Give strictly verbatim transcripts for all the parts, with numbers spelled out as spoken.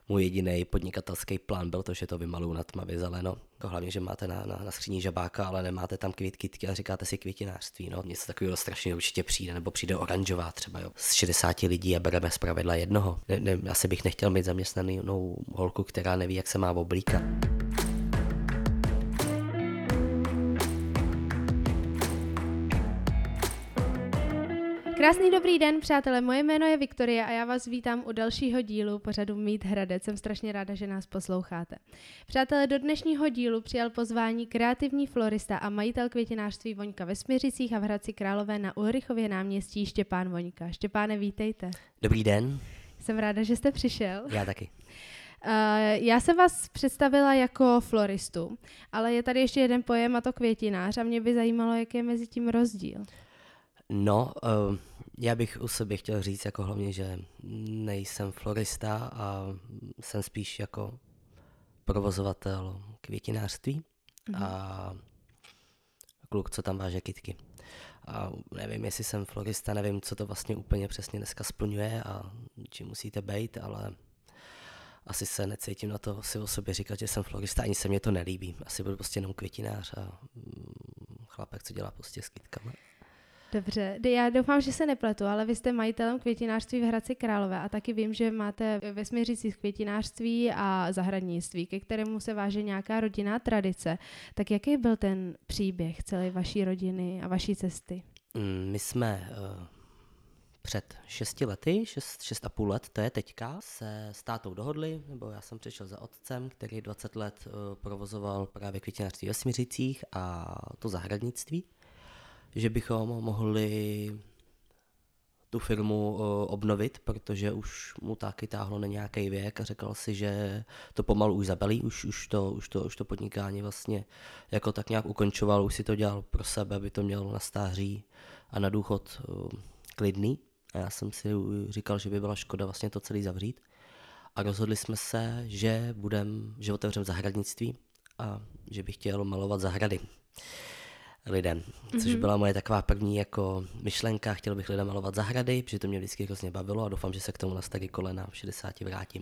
můj jediný podnikatelský plán byl to, že to vymaluju na tmavě zeleno. To hlavně, že máte na, na, na skříni žabáka, ale nemáte tam kvít, kytky a říkáte si květinářství. No. Něco takového strašně určitě přijde, nebo přijde oranžová třeba. Jo. Z šedesáti lidí a bereme zpravidla jednoho. Ne, ne, asi bych nechtěl mít zaměstnanou holku, která neví, jak se má oblíkat. Krásný dobrý den, přátelé, moje jméno je Viktoria a já vás vítám u dalšího dílu pořadu Mít Hradec. Jsem strašně ráda, že nás posloucháte. Přátelé, do dnešního dílu přijal pozvání kreativní florista a majitel květinářství Voňka ve Smiřicích a v Hradci Králové na Ulrichově náměstí Štěpán Voňka. Štěpáne, vítejte. Dobrý den. Jsem ráda, že jste přišel. Já taky. Uh, já jsem vás představila jako floristu, ale je tady ještě jeden pojem a to květinář a mě by zajímalo, jaký je mezi tím rozdíl. No, uh, já bych u sebe chtěl říct jako hlavně, že nejsem florista a jsem spíš jako provozovatel květinářství mm-hmm. a kluk, co tam váže kytky. A nevím, jestli jsem florista, nevím, co to vlastně úplně přesně dneska splňuje a čím musíte být, ale asi se necítím na to si o sobě říkat, že jsem florista, ani se mě to nelíbí. Asi budu prostě jenom květinář a chlapek, co dělá prostě s kytkama. Dobře, já doufám, že se nepletu, ale vy jste majitelem květinářství v Hradci Králové a taky vím, že máte ve Smiřicích květinářství a zahradnictví, ke kterému se váže nějaká rodinná tradice. Tak jaký byl ten příběh celé vaší rodiny a vaší cesty? My jsme uh, před šesti lety, šest, šest a půl let, to je teďka, se s tátou dohodli, nebo já jsem přišel za otcem, který dvacet let uh, provozoval právě květinářství ve Smiřicích a to zahradnictví, že bychom mohli tu firmu uh, obnovit, protože už mu taky táhlo na nějaký věk a řekl si, že to pomalu už zabalí, už, už, to, už, to, už to podnikání vlastně jako tak nějak ukončoval, už si to dělal pro sebe, aby to měl na stáří a na důchod uh, klidný. A já jsem si říkal, že by byla škoda vlastně to celý zavřít. A rozhodli jsme se, že budem, že otevřeme zahradnictví a že bych chtěl malovat zahrady lidem, což mm-hmm. byla moje taková první jako myšlenka, chtěl bych lidem malovat zahrady, protože to mě vždycky hrozně bavilo a doufám, že se k tomu na starý kolena v šedesáti vrátím.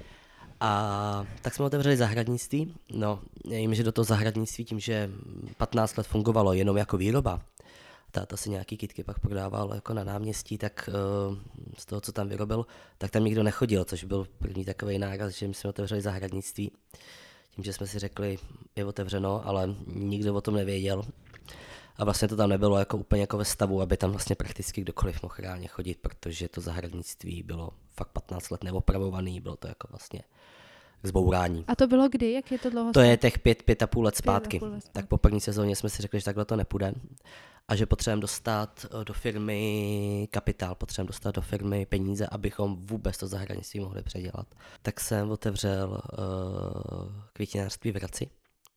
A tak jsme otevřeli zahradnictví, no, já vím, že do toho zahradnictví tím, že patnáct let fungovalo jenom jako výroba, táta si nějaký kytky pak prodával jako na náměstí, tak uh, z toho, co tam vyrobil, tak tam nikdo nechodil, což byl první takový náraz, že my jsme otevřeli zahradnictví. Tím, že jsme si řekli, je otevřeno, ale nikdo o tom nevěděl. A vlastně to tam nebylo jako úplně jako ve stavu, aby tam vlastně prakticky kdokoliv mohl reálně chodit, protože to zahradnictví bylo fakt patnáct let neopravovaný, bylo to jako vlastně k zbourání. A to bylo kdy? Jak je to dlouho? To je těch pět, pět a půl let zpátky. Půl let zpátky. Tak po první sezóně jsme si řekli, že takhle to nepůjde. A že potřebujeme dostat do firmy kapitál, potřebujeme dostat do firmy peníze, abychom vůbec to zahradnictví mohli předělat. Tak jsem otevřel uh, květinářství v Hradci.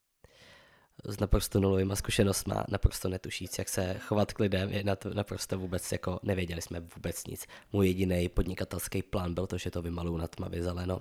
S naprosto nulovýma zkušenostma, naprosto netušíc, jak se chovat k lidem, je naprosto vůbec, jako nevěděli jsme vůbec nic. Můj jediný podnikatelský plán byl to, že to vymaluju na tmavě zeleno.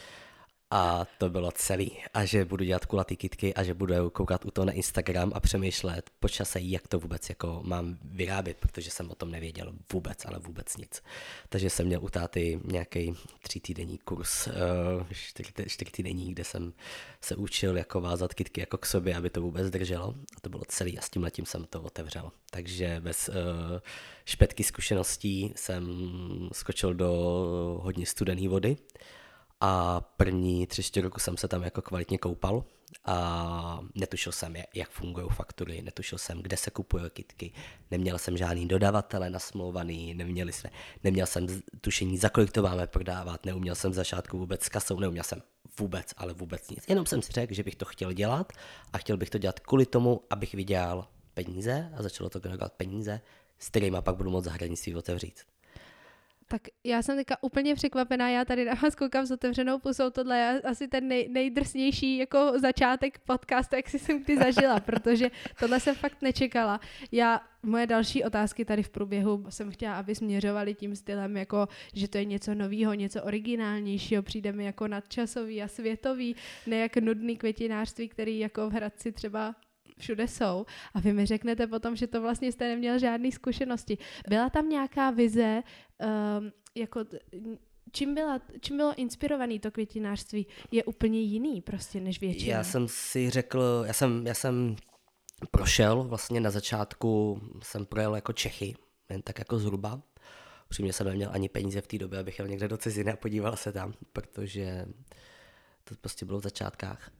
A to bylo celý. A že budu dělat kulatý kytky a že budu koukat u toho na Instagram a přemýšlet po čase, jak to vůbec jako mám vyrábět, protože jsem o tom nevěděl vůbec, ale vůbec nic. Takže jsem měl u táty nějaký třítýdenní kurz, čtyřtýdenní, kde jsem se učil jako vázat kytky jako k sobě, aby to vůbec drželo. A to bylo celý a s tímhletím jsem to otevřel. Takže bez uh, špetky zkušeností jsem skočil do hodně studené vody. A první tři čtyři roku jsem se tam jako kvalitně koupal a netušil jsem, jak fungují faktury, netušil jsem, kde se kupují kytky, neměl jsem žádný dodavatele nasmlouvaný, neměli jsme, neměl jsem tušení, za kolik to máme prodávat, neuměl jsem v začátku vůbec s kasou, neuměl jsem vůbec, ale vůbec nic. Jenom jsem si řekl, že bych to chtěl dělat a chtěl bych to dělat kvůli tomu, abych vydělal peníze a začalo to generovat peníze, s kterými pak budu moct zahradnictví otevřít. Tak já jsem teďka úplně překvapená, já tady na vás koukám s otevřenou pusou, tohle je asi ten nej, nejdrsnější jako začátek podcastu, jak si jsem kdy zažila, protože tohle jsem fakt nečekala. Já, moje další otázky tady v průběhu jsem chtěla, aby směřovaly tím stylem, jako, že to je něco novýho, něco originálnějšího, přijde mi jako nadčasový a světový, ne jak nudný květinářství, který jako v Hradci třeba všude jsou a vy mi řeknete potom, že to vlastně jste neměl žádný zkušenosti. Byla tam nějaká vize, um, jako čím, byla, čím bylo inspirovaný to květinářství, je úplně jiný prostě než většina. Já jsem si řekl, já jsem, já jsem prošel vlastně na začátku, jsem projel jako Čechy, jen tak jako zhruba. Přímě jsem neměl ani peníze v té době, abych jel někde do ciziny a podíval se tam, protože to prostě bylo v začátkách.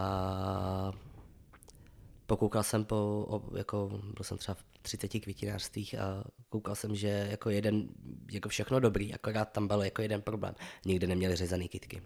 A pokoukal jsem po, jako, byl jsem třeba v třiceti květinářstvích a koukal jsem, že jako jeden, jako všechno dobrý, akorát tam byl jako jeden problém. Nikdy neměli řezaný kytky.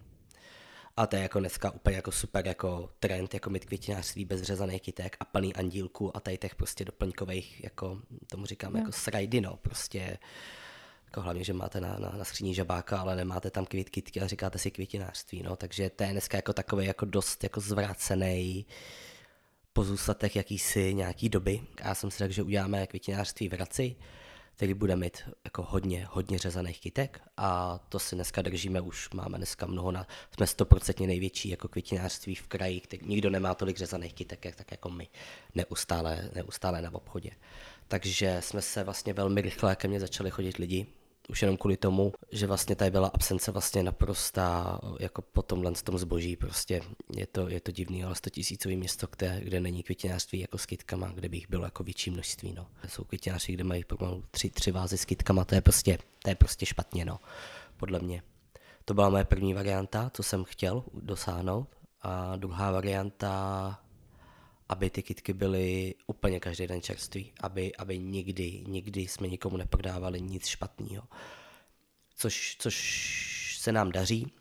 A to je jako dneska úplně jako super jako trend, jako mít květinářství bez řezaných kytek a plný andílků a tady těch prostě doplňkových, jako tomu říkám, no. Jako srajdy, no, prostě jako hlavně, že máte na, na, na skříni žabáka, ale nemáte tam květ, kytky a říkáte si květinářství, no, takže to je dneska jako takový jako dost jako zvrácený pozůstatek jakýsi nějaký doby. A já jsem si řekl, že uděláme květinářství v Hradci, který bude mít jako hodně, hodně řezaných kytek a to si dneska držíme, už máme dneska mnoho, na, jsme stoprocentně největší jako květinářství v kraji, který, nikdo nemá tolik řezaných kytek, jak, tak jako my, neustále, neustále na obchodě. Takže jsme se vlastně velmi rychle ke mně začali chodit lidi, už jenom kvůli tomu, že vlastně tady byla absence vlastně naprostá, jako po tomhle tom zboží, prostě je to, je to divný, ale stotisícový město, kde, kde není květinářství jako s kytkama, kde bych bylo jako větší množství, no. Jsou květináři, kde mají pomalu tři, tři vázy s kytkama, to je prostě, to je prostě špatně, no, podle mě. To byla moje první varianta, co jsem chtěl dosáhnout, a druhá varianta, aby ty kytky byly úplně každý den čerství, aby, aby nikdy, nikdy jsme nikomu neprodávali nic špatného. Což, což se nám daří.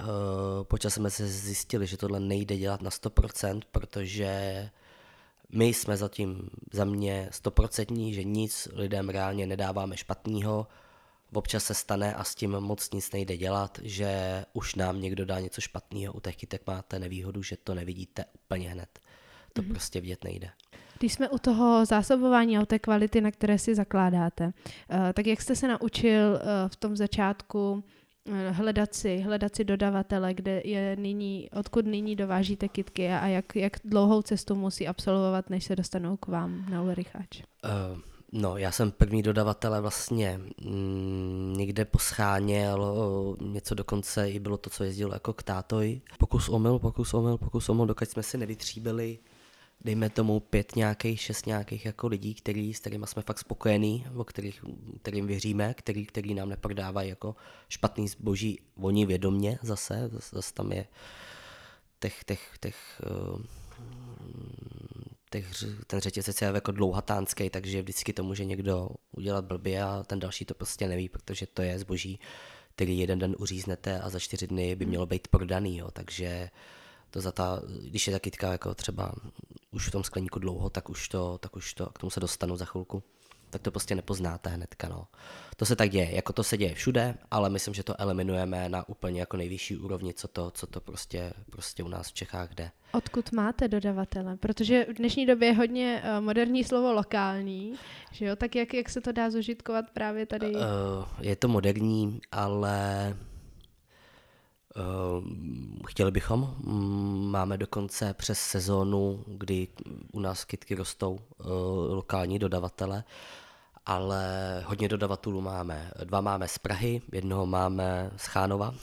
Počas jsme se zjistili, že tohle nejde dělat na sto procent, protože my jsme zatím za mě sto procent, že nic lidem reálně nedáváme špatného. Občas se stane a s tím moc nic nejde dělat, že už nám někdo dá něco špatného. U těch kytek máte nevýhodu, že to nevidíte úplně hned. To mm-hmm. prostě vidět nejde. Když jsme u toho zásobování a u té kvality, na které si zakládáte, tak jak jste se naučil v tom začátku hledat si, hledat si dodavatele, kde je nyní, odkud nyní dovážíte kytky a jak, jak dlouhou cestu musí absolvovat, než se dostanou k vám na Ulricháč? Uh, no, já jsem první dodavatele vlastně mm, někde poscháněl, něco dokonce i bylo to, co jezdilo jako k tátoji. Pokus omyl, pokus omyl, pokus omyl, dokud jsme si nevytříbili, dejme tomu pět nějakých, šest nějakých jako lidí, který, s kterými jsme fakt spokojení, o kterých, kterým věříme, který, který nám neprodávají jako špatný zboží, oni vědomě zase, zase tam je těch, těch, těch, těch, ten řetězec je jako dlouhatánský, takže vždycky to může někdo udělat blbě a ten další to prostě neví, protože to je zboží, který jeden den uříznete a za čtyři dny by mělo být prodaný, jo, takže to za ta, když je ta kytka jako třeba už v tom skleníku dlouho, tak už to, tak už to, k tomu se dostanu za chvilku, tak to prostě nepoznáte hnedka, no. To se tak děje, jako to se děje všude, ale myslím, že to eliminujeme na úplně jako nejvyšší úrovni, co to, co to prostě, prostě u nás v Čechách jde. Odkud máte dodavatele? Protože v dnešní době je hodně uh, moderní slovo lokální, že jo? Tak jak, jak se to dá zužitkovat právě tady? Uh, je to moderní, ale Uh, chtěli bychom, máme dokonce přes sezónu, kdy u nás kytky rostou uh, lokální dodavatele, ale hodně dodavatelů máme. Dva máme z Prahy, jednoho máme z Chánova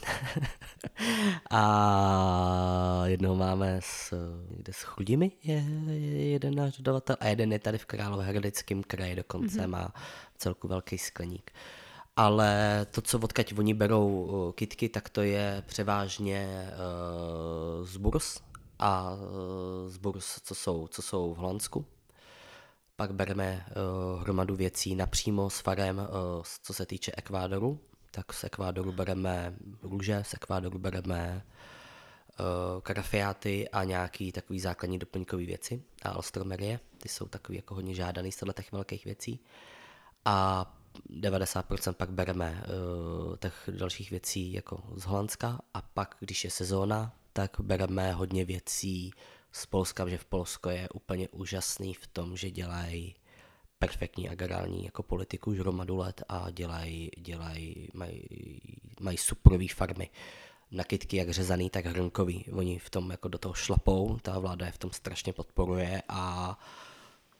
a jednoho máme z, někde z Chrudimi je, je jeden náš dodavatel a jeden je tady v Královéhradeckém kraji, dokonce mm-hmm. má celku velký skleník. Ale to, co odkud oni berou uh, kytky, tak to je převážně uh, z Burs a uh, z Burs, co jsou, co jsou v Holandsku. Pak bereme uh, hromadu věcí napřímo s farem, uh, co se týče Ekvádoru. Tak z Ekvádoru bereme růže, z Ekvádoru bereme uh, karafiáty a nějaký takový základní doplňkový věci. A alstromerie, ty jsou takový jako hodně žádaný z těch velkých věcí. A devadesát procent pak bereme uh, těch dalších věcí jako z Holandska a pak, když je sezóna, tak bereme hodně věcí z Polska, že v Polsko je úplně úžasný v tom, že dělají perfektní agrární jako politiku už hromadu let a dělají, dělají, mají, mají superový farmy na kytky, jak řezaný, tak hrnkový. Oni v tom jako do toho šlapou, ta vláda je v tom strašně podporuje a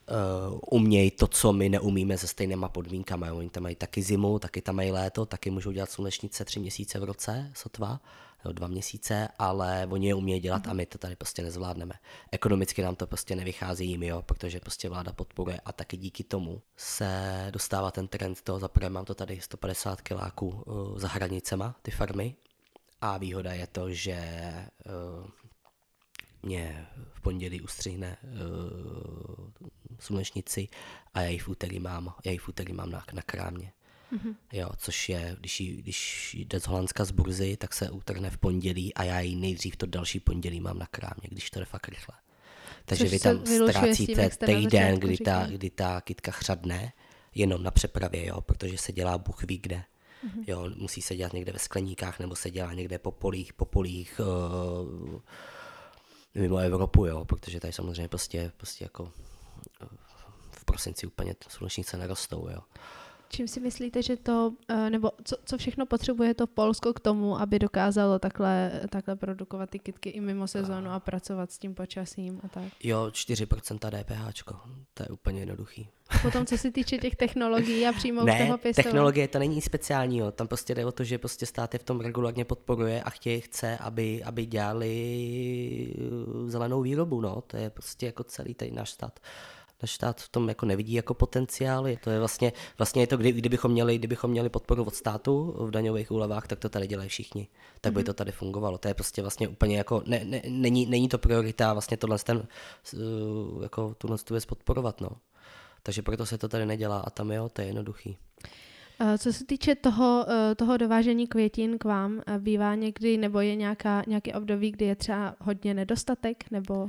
uh, umějí to, co my neumíme se stejnýma podmínkama. Oni tam mají taky zimu, taky tam mají léto, taky můžou dělat slunečnice tři měsíce v roce, sotva, nebo dva měsíce, ale oni je umějí dělat a my to tady prostě nezvládneme. Ekonomicky nám to prostě nevychází jim, jo, protože prostě vláda podporuje a taky díky tomu se dostává ten trend toho, zaprvé mám to tady sto padesát kiláků uh, za hranicema, ty farmy, a výhoda je to, že uh, mě v pondělí ustřihne uh, slunečnici a já ji v úterý mám, já ji v úterý mám na, na krámě. Mm-hmm. Jo, což je, když, jí, když jde z Holandska z burzy, tak se utrhne v pondělí a já ji nejdřív to další pondělí mám na krámě, když to jde fakt rychle. Takže což vy tam ztrácíte týden, kdy ta, kdy ta kytka chřadne, jenom na přepravě, jo, protože se dělá Bůh ví kde. Mm-hmm. Jo, musí se dělat někde ve skleníkách, nebo se dělá někde po polích, po polích uh, mimo Evropu, jo, protože tady samozřejmě prostě, prostě jako uh, v prosinci úplně slunečnice nerostou, jo. Čím si myslíte, že to, nebo co, co všechno potřebuje to Polsko k tomu, aby dokázalo takhle, takhle produkovat ty kytky i mimo sezónu a pracovat s tím počasím a tak? Jo, čtyři procenta DPHčko, to je úplně jednoduchý. Potom, co se týče těch technologií a přímo ne, toho pěstování? Technologie to není speciální, jo. Tam prostě jde o to, že prostě stát je v tom regulárně podporuje a chtějí, chce, aby, aby dělali zelenou výrobu, no, to je prostě jako celý tady náš stát. Náš stát v tom jako nevidí jako potenciál. To je vlastně, vlastně je to, kdy, kdybychom, měli, kdybychom měli podporu od státu v daňových úlevách, tak to tady dělají všichni. Tak by mm-hmm. to tady fungovalo. To je prostě vlastně úplně jako, ne, ne, není, není to priorita vlastně tohle ten, jako tuhle tu věc podporovat, no. Takže proto se to tady nedělá a tam jo, to je jednoduchý. Co se týče toho, toho dovážení květin k vám, bývá někdy, nebo je nějaká, nějaký období, kdy je třeba hodně nedostatek, nebo...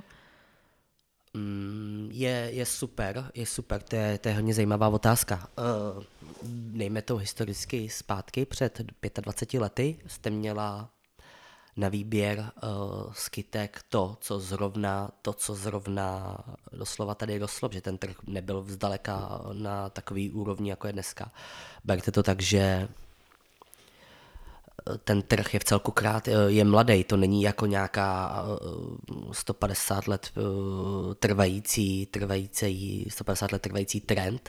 Je, je super, je super, to je, to je hodně zajímavá otázka. Uh, dejme to historicky zpátky, před dvaceti pěti lety jste měla na výběr uh, z kytek to, co zrovna, to, co zrovna doslova tady rostlo, že ten trh nebyl zdaleka na takový úrovni, jako je dneska. Berte to tak, že ten trh je v celku krát, je mladý, to není jako nějaká sto padesát let trvající, trvající, sto padesát let trvající trend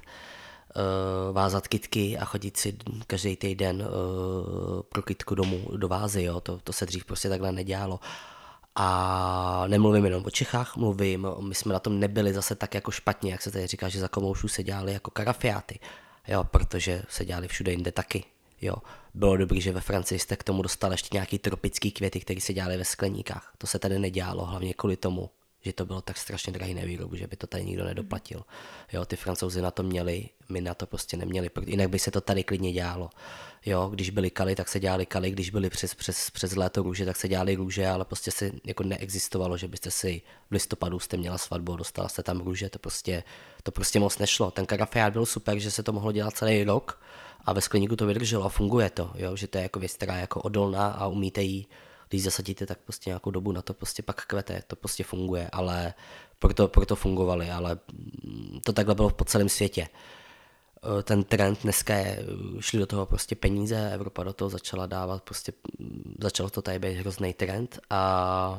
vázat kytky a chodit si každý týden pro kytku domů do vázy, jo? To, to se dřív prostě takhle nedělalo. A nemluvím jenom o Čechách, mluvím, my jsme na tom nebyli zase tak jako špatně, jak se tady říká, že za komoušů se dělali jako karafiáty, jo, protože se dělali všude jinde taky. Jo, bylo dobrý, že ve Francii jste k tomu dostali ještě nějaký tropický květy, které se dělaly ve skleníkách. To se tady nedělalo, hlavně kvůli tomu, že to bylo tak strašně drahý na výrobu, že by to tady nikdo nedoplatil. Jo, ty Francouzi na to měli, my na to prostě neměli, jinak by se to tady klidně dělalo. Jo, když byly kaly, tak se dělali kaly, když byly přes, přes, přes léto růže, tak se dělali růže, ale prostě se jako neexistovalo, že byste si v listopadu jste měla svatbu, dostala jste tam růže, to prostě, to prostě moc nešlo. Ten karafiát byl super, že se to mohlo dělat celý rok a ve skleníku to vydrželo a funguje to, jo, že to je jako věc, která je jako odolná a umíte jí, když zasadíte, tak prostě nějakou dobu na to prostě pak kvete, to prostě funguje, ale proto, proto fungovaly, ale to takhle bylo po celém světě. Ten trend dneska je, šli do toho prostě peníze, Evropa do toho začala dávat, prostě začalo to tady být hrozný trend a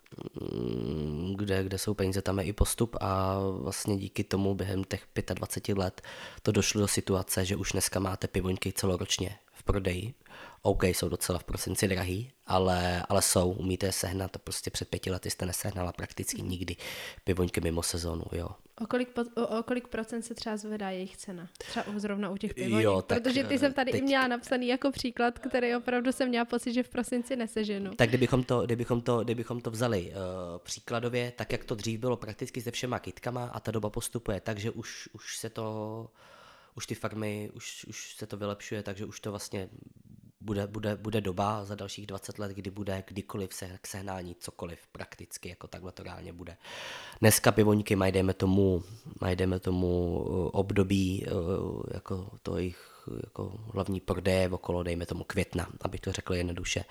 kde, kde jsou peníze, tam je i postup a vlastně díky tomu během těch dvaceti pěti let to došlo do situace, že už dneska máte pivoňky celoročně v prodeji. OK, jsou docela v prosinci drahý, ale, ale jsou, umíte je sehnat a prostě před pěti lety jste nesehnala prakticky nikdy pivoňky mimo sezónu, jo. O kolik, o, o kolik procent se třeba zvedá jejich cena? Třeba zrovna u těch pivoňek? Jo, tak, protože ty jsem tady teď... i měla napsaný jako příklad, který opravdu jsem měla pocit, že v prosinci neseženu. Tak kdybychom to, kdybychom to, kdybychom to vzali uh, příkladově, tak jak to dřív bylo prakticky se všema kytkama a ta doba postupuje, takže už, už se to, už ty farmy, už, už se to vylepšuje, takže už to vlastně Bude, bude, bude doba za dalších dvacet let, kdy bude kdykoliv se, k sehnání cokoliv prakticky, jako takhle to reálně bude. Dneska pivoňky mají, dejme tomu, mají, dejme tomu období, jako to jejich jako hlavní prodeje okolo, dejme tomu května, abych to řekl jednoduše.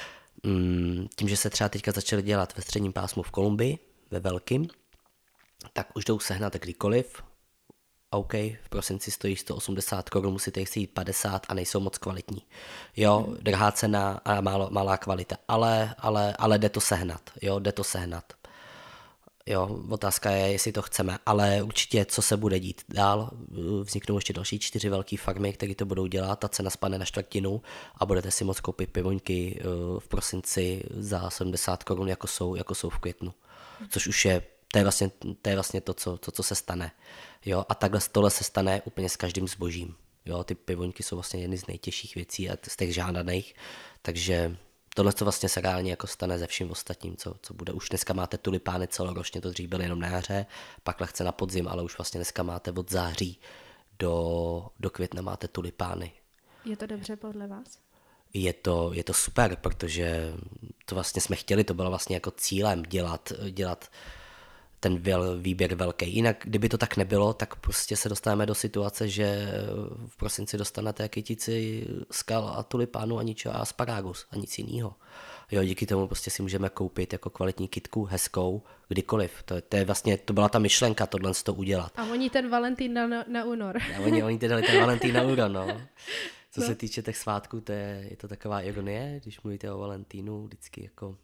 Tím, že se třeba teďka začaly dělat ve středním pásmu v Kolumbii, ve velkým, tak už jdou sehnat kdykoliv. OK, v prosinci stojí sto osmdesát korun, musíte jich si jít padesát a nejsou moc kvalitní. Jo, drahá cena a málo, malá kvalita, ale, ale, ale jde to sehnat, jo, jde to sehnat. Jo, otázka je, jestli to chceme, ale určitě, co se bude dít dál, vzniknou ještě další čtyři velké farmy, které to budou dělat, ta cena spadne na čtvrtinu a budete si moct koupit pivoňky v prosinci za sedmdesát korun, jako jsou, jako jsou v květnu, což už je, to je vlastně to, je vlastně to co, to, co se stane. Jo, a takhle tohle se stane úplně s každým zbožím. Jo, ty pivoňky jsou vlastně jedny z nejtěžších věcí a z těch žádaných, takže tohle to vlastně se reálně jako stane ze vším ostatním, co, co bude. Už dneska máte tulipány celoročně, to dřív byly jenom na jaře, pak lehce na podzim, ale už vlastně dneska máte od září do, do května máte tulipány. Je to dobře podle vás? Je to, je to super, protože to vlastně jsme chtěli, to bylo vlastně jako cílem dělat, dělat ten výběr velký. Jinak, kdyby to tak nebylo, tak prostě se dostaneme do situace, že v prosinci dostanete kytici skal a tulipánu a ničeho a asparagus a nic jiného. Jo, díky tomu prostě si můžeme koupit jako kvalitní kytku, hezkou, kdykoliv. To, to je vlastně, to byla ta myšlenka tohle to udělat. A oni ten Valentín na, na únor. A oni, oni teda ten Valentín na únor, no. Co no. se týče těch svátků, to je, je to taková ironie, když mluvíte o Valentínu, vždycky jako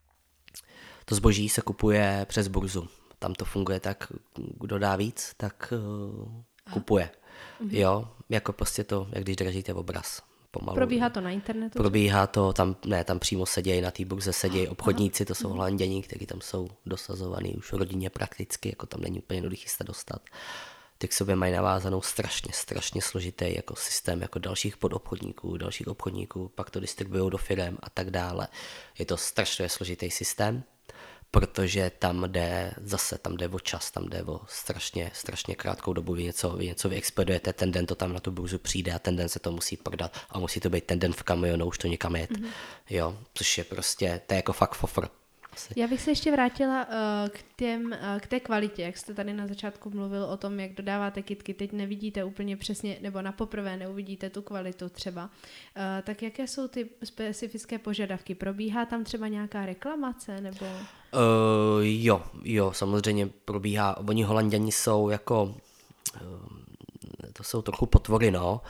to zboží se kupuje přes burzu. Tam to funguje tak, kdo dá víc, tak uh, kupuje. Mhm. Jo, jako prostě to, jak když držíte obraz. Pomalu. Probíhá to na internetu? Probíhá to, tam, ne, tam přímo sedějí, na té burze sedějí obchodníci, to jsou mhm. Holanděni, kteří tam jsou dosazovaný už rodině prakticky, jako tam není úplně jednoduchý se dostat. Ty k sobě mají navázanou strašně, strašně složitý jako systém, jako dalších podobchodníků, dalších obchodníků, pak to distribuují do firem a tak dále. Je to strašně složitý systém, protože tam jde zase, tam jde o čas, tam jde o strašně, strašně krátkou dobu, vy něco, vy něco vyexpedujete, ten den to tam na tu burzu přijde a ten den se to musí prodat a musí to být ten den v kamionu, už to někam jet, mm-hmm. jo, což je prostě, to je jako fakt fofr. Já bych se ještě vrátila uh, k, těm, uh, k té kvalitě, jak jste tady na začátku mluvil o tom, jak dodáváte kytky, teď nevidíte úplně přesně, nebo na poprvé neuvidíte tu kvalitu třeba. Uh, tak jaké jsou ty specifické požadavky? Probíhá tam třeba nějaká reklamace, nebo... Uh, jo, jo, samozřejmě probíhá, oni Holanděni jsou jako... Uh, to jsou trochu potvory, no.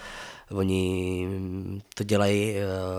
Oni to dělají,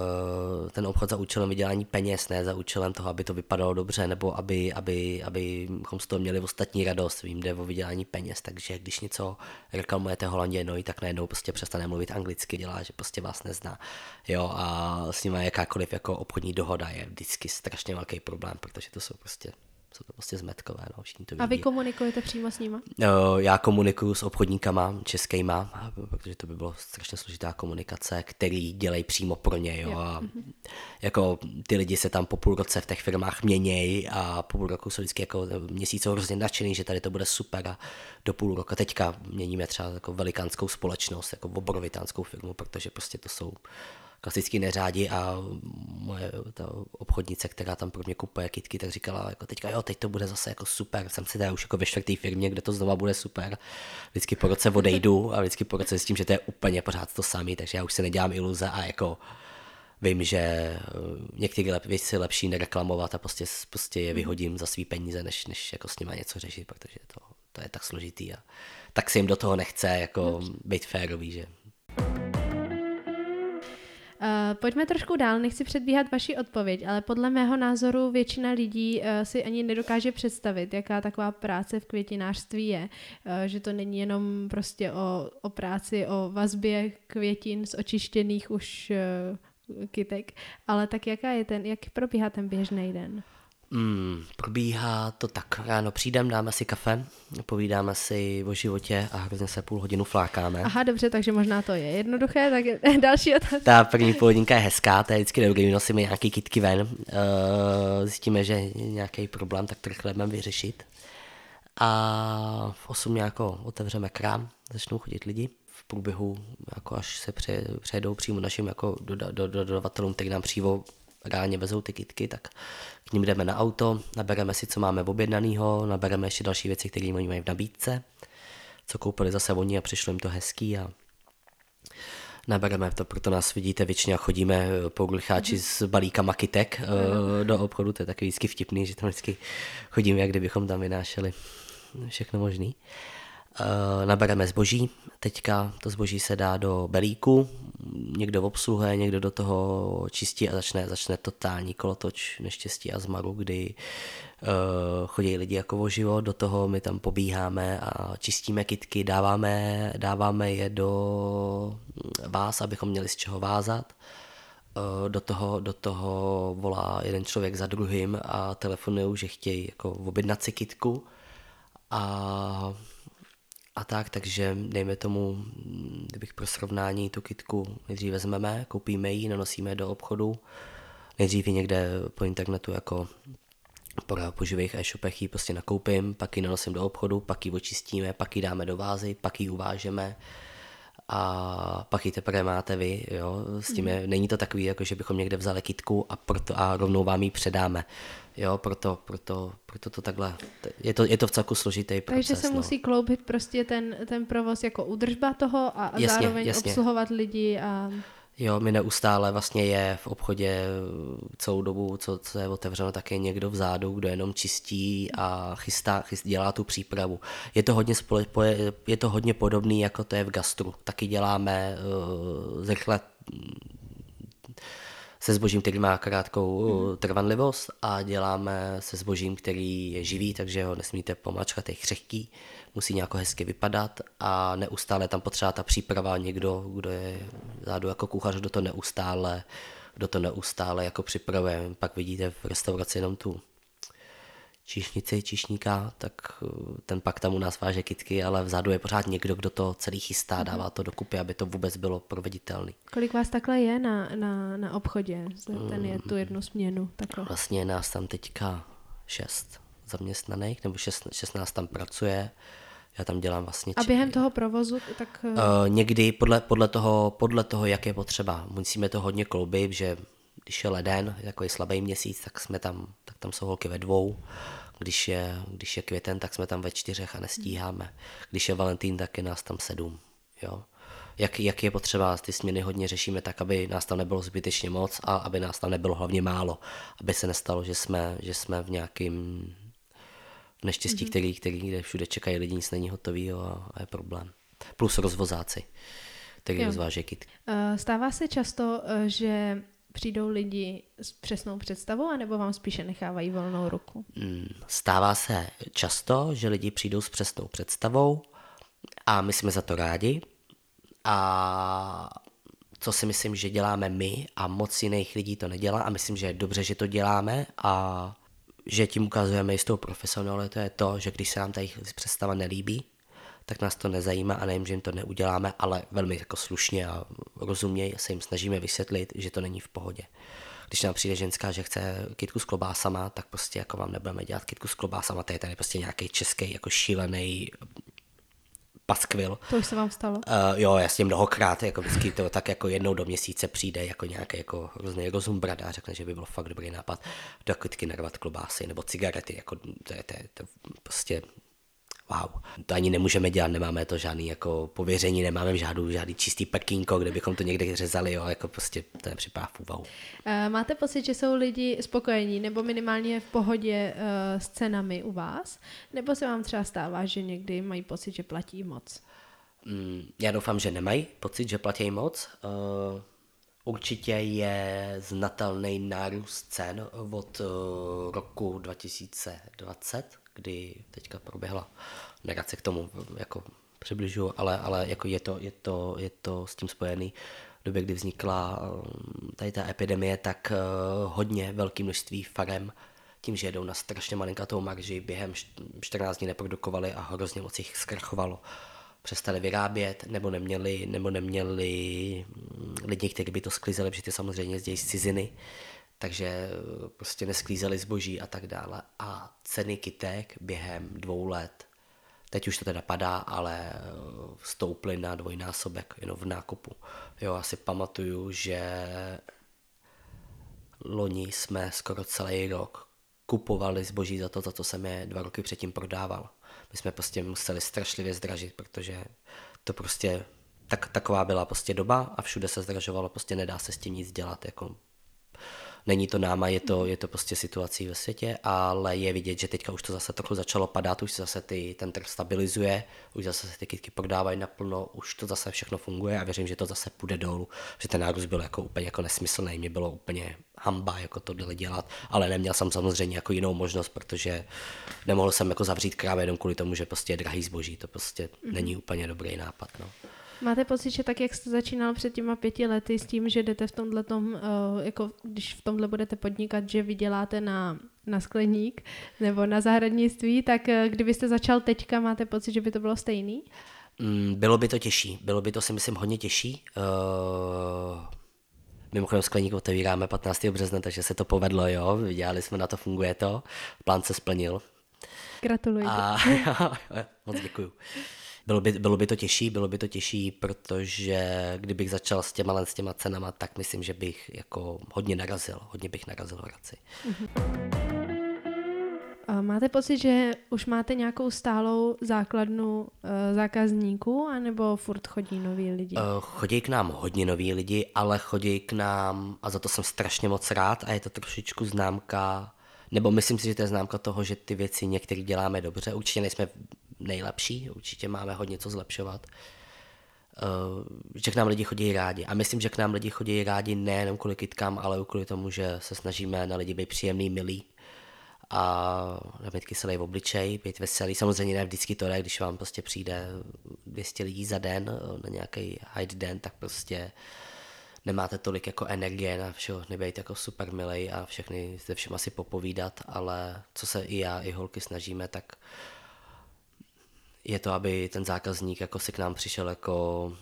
ten obchod za účelem vydělání peněz, ne za účelem toho, aby to vypadalo dobře, nebo aby, aby, abychom z toho měli ostatní radost. Vím, jde o vydělání peněz, takže když něco reklamujete Holanděnovi, tak najednou prostě přestane mluvit anglicky, dělá, že prostě vás nezná. Jo, a s nimi jakákoliv jako obchodní dohoda je vždycky strašně velký problém, protože to jsou prostě jsou to prostě zmetkové, no, všichni to vidí. A vy komunikujete přímo s nima? Já komunikuju s obchodníkama českýma, protože to by bylo strašně složitá komunikace, který dělají přímo pro ně, jo. A jako ty lidi se tam po půl roce v těch firmách měnějí a po půl roku jsou vždycky jako měsíc hrozně nadšený, že tady to bude super a do půl roku teďka měníme třeba jako velikánskou společnost, jako obrovitánskou firmu, protože prostě to jsou klasicky neřádi a moje ta obchodnice, která tam pro mě kupuje kytky, tak říkala, jako teďka jo, teď to bude zase jako super, jsem si tady už jako ve čtvrté firmě, kde to znova bude super, vždycky po roce odejdu a vždycky po roce s tím, že to je úplně pořád to samé, takže já už se nedělám iluze a jako vím, že některé věci lepší nereklamovat a prostě, prostě je vyhodím za svý peníze, než, než jako s nima něco řešit, protože to, to je tak složitý a tak se jim do toho nechce jako být férový, že... Uh, pojďme trošku dál, nechci předbíhat vaši odpověď, ale podle mého názoru většina lidí uh, si ani nedokáže představit, jaká taková práce v květinářství je, uh, že to není jenom prostě o, o práci, o vazbě květin z očištěných už uh, kytek, ale tak jaká je ten, jak probíhá ten běžný den? Mm, probíhá to tak, ráno přijdem, dáme si kafe, povídáme si o životě a hrozně se půl hodinu flákáme. Aha, dobře, takže možná to je jednoduché, tak další otázka. Ta první půl hodinka je hezká, to je vždycky dobrý, vynosíme nějaký kytky ven, uh, zjistíme, že je nějaký problém, tak to rychle budeme vyřešit. A v osm nějako otevřeme krám, začnou chodit lidi. V průběhu, jako až se pře, přejedou přímo našim jako dodavatelům, který nám přímo reálně vezou ty kytky, tak k ním jdeme na auto, nabereme si, co máme objednanýho, nabereme ještě další věci, které oni mají v nabídce, co koupili zase oni a přišlo jim to hezký a nabereme to, proto nás vidíte většině a chodíme po glicháči mm-hmm. s balíkama kytek mm-hmm. do obchodu, to je takový vždycky vtipný, že tam vždycky chodíme, jak kdybychom tam vynášeli všechno možný. Uh, nabereme zboží, teďka to zboží se dá do belíku, někdo obsluhuje, někdo do toho čistí a začne, začne totální kolotoč neštěstí a zmaru, kdy uh, chodí lidi jako o život, do toho my tam pobíháme a čistíme kytky, dáváme, dáváme je do vás, abychom měli z čeho vázat. Uh, do toho, do toho volá jeden člověk za druhým a telefonují, že chtějí jako objednat si kytku a A tak, takže dejme tomu, kdybych pro srovnání tu kytku nejdřív vezmeme, koupíme ji, nanosíme do obchodu, nejdřív ji někde po internetu jako po, po živých e-shopech ji prostě nakoupím, pak ji nanosím do obchodu, pak ji očistíme, pak ji dáme do vázy, pak ji uvážeme a pak ji teprve máte vy, jo, s tím je, není to takový, jako že bychom někde vzali kytku a, proto, a rovnou vám ji předáme, jo, proto, proto, proto to takhle, je to, je to v celku složitý proces. Takže se no. musí kloubit prostě ten, ten provoz jako údržba toho a, a jasně, zároveň jasně. obsluhovat lidi a... Jo, my neustále vlastně je v obchodě celou dobu, co, co je otevřeno, tak je někdo vzadu, kdo jenom čistí a chystá, chystá, dělá tu přípravu. Je to hodně spole, je to hodně podobný, jako to je v gastru. Taky děláme uh, zrychle se zbožím, který má krátkou hmm. trvanlivost a děláme se zbožím, který je živý, takže ho nesmíte pomačkat, je křehký, musí nějak hezky vypadat a neustále tam potřeba ta příprava, někdo, kdo je zádu jako kuchař, kdo to neustále, kdo to neustále jako připravuje. Pak vidíte v restauraci jenom tu číšnici, číšníka, tak ten pak tam u nás váže kytky, ale vzadu je pořád někdo, kdo to celý chystá, dává to dokupy, aby to vůbec bylo proveditelné. Kolik vás takhle je na, na, na obchodě? Ten je tu jednu směnu. Takhle. Vlastně nás tam teďka šest zaměstnaných, nebo šest, šestnáct tam pracuje. Já tam dělám vlastně... A během toho provozu tak... Uh, někdy podle, podle, toho, podle toho, jak je potřeba. Musíme to hodně kloubit, že když je leden, takový slabý měsíc, tak jsme tam, tak tam jsou holky ve dvou. Když je, když je květen, tak jsme tam ve čtyřech a nestíháme. Když je Valentín, tak je nás tam sedm. Jo? Jak, jak je potřeba, ty směny hodně řešíme tak, aby nás tam nebylo zbytečně moc a aby nás tam nebylo hlavně málo. Aby se nestalo, že jsme, že jsme v nějakým neštěstí, mm-hmm. který, který, kde všude čekají lidi, nic není hotovýho a, a je problém. Plus rozvozáci, který rozvážejí kytky. Stává se často, že přijdou lidi s přesnou představou, anebo vám spíše nechávají volnou ruku? Stává se často, že lidi přijdou s přesnou představou a my jsme za to rádi. A co si myslím, že děláme my a moc jiných lidí to nedělá a myslím, že je dobře, že to děláme a že tím ukazujeme jistou profesionalitu, je to, že když se nám ta jejich představa nelíbí, tak nás to nezajímá a nevím, že jim to neuděláme, ale velmi jako slušně a rozumně se jim snažíme vysvětlit, že to není v pohodě. Když nám přijde ženská, že chce kytku s klobásama, tak prostě jako vám nebudeme dělat kytku s klobásama, to je tady prostě nějaký český jako šílený paskvil. To už se vám stalo? Uh, jo, jasně mnohokrát, jako vždycky to tak jako jednou do měsíce přijde jako nějaký jako různý rozumbrada a řekne, že by bylo fakt dobrý nápad do kytky narvat klobásy nebo cigarety, jako to je, to je, to je prostě wow. To ani nemůžeme dělat, nemáme to žádný jako pověření, nemáme žádný, žádný čistý prkínko, kde bychom to někde řezali, jo, jako prostě to nepřipadá v úvahu. Uh, máte pocit, že jsou lidi spokojení nebo minimálně v pohodě uh, s cenami u vás? Nebo se vám třeba stává, že někdy mají pocit, že platí moc? Mm, já doufám, že nemají pocit, že platí moc. Uh, určitě je znatelný nárůst cen od uh, roku dva tisíce dvacet, kdy teďka proběhla, nerad se k tomu jako přibližuju, ale, ale jako je, to, je, to, je to s tím spojený. V době, kdy vznikla tady ta epidemie, tak hodně velké množství farem, tím, že jedou na strašně malinkatou marži, během čtrnáct dní neprodukovali a hrozně moc jich zkrachovalo. Přestali vyrábět, nebo neměli, nebo neměli lidi, kteří by to sklízeli, protože ty samozřejmě jezdí z ciziny, takže prostě nesklízeli zboží a tak dále. A ceny kytek během dvou let, teď už to teda padá, ale stouply na dvojnásobek jenom v nákupu. Jo, já si pamatuju, že loni jsme skoro celý rok kupovali zboží za to, za co jsem je dva roky předtím prodával. My jsme prostě museli strašlivě zdražit, protože to prostě tak, taková byla prostě doba a všude se zdražovalo, prostě nedá se s tím nic dělat, jako Není to náma, je to, je to prostě situací ve světě, ale je vidět, že teďka už to zase trochu začalo padat, už se zase ty, ten trh stabilizuje, už zase se ty kytky prodávají naplno, už to zase všechno funguje a věřím, že to zase půjde dolů, že ten nárůst byl jako úplně jako nesmyslný, mě bylo úplně hamba jako tohle dělat, ale neměl jsem samozřejmě jako jinou možnost, protože nemohl jsem jako zavřít krávy jenom kvůli tomu, že prostě je drahý zboží, to prostě mm-hmm. není úplně dobrý nápad. No. Máte pocit, že tak, jak jste začínal před těma pěti lety s tím, že jdete v tomhletom, uh, jako když v tomhle budete podnikat, že vyděláte na, na skleník nebo na zahradnictví, tak uh, kdybyste začal teďka, máte pocit, že by to bylo stejný? Mm, bylo by to těžší, bylo by to si myslím hodně těžší. Uh, mimochodem skleník otevíráme patnáctého března, takže se to povedlo, jo, vydělali jsme na to, funguje to, plán se splnil. Gratuluji. A, moc děkuju. Bylo by, bylo by to těžší, bylo by to těžší, protože kdybych začal s těma, s těma cenama, tak myslím, že bych jako hodně narazil, hodně bych narazil v Hradci. A máte pocit, že už máte nějakou stálou základnu uh, zákazníků, anebo furt chodí noví lidi? Uh, chodí k nám hodně noví lidi, ale chodí k nám, a za to jsem strašně moc rád, a je to trošičku známka, nebo myslím si, že to je známka toho, že ty věci některé děláme dobře. Určitě nejsme nejlepší, určitě máme hodně co zlepšovat. Uh, že k nám lidi chodí rádi. A myslím, že k nám lidi chodí rádi nejenom kvůli kytkám, ale kvůli tomu, že se snažíme na lidi být příjemný, milý a mít kyselý v obličej, být veselý. Samozřejmě ne vždycky to jde, když vám prostě přijde dvě stě lidí za den na nějaký hide den, tak prostě nemáte tolik jako energie na všeho, nebejt jako super milej a všechny se všem asi popovídat, ale co se i já, i holky snažíme, tak je to, aby ten zákazník jako si k nám přišel jako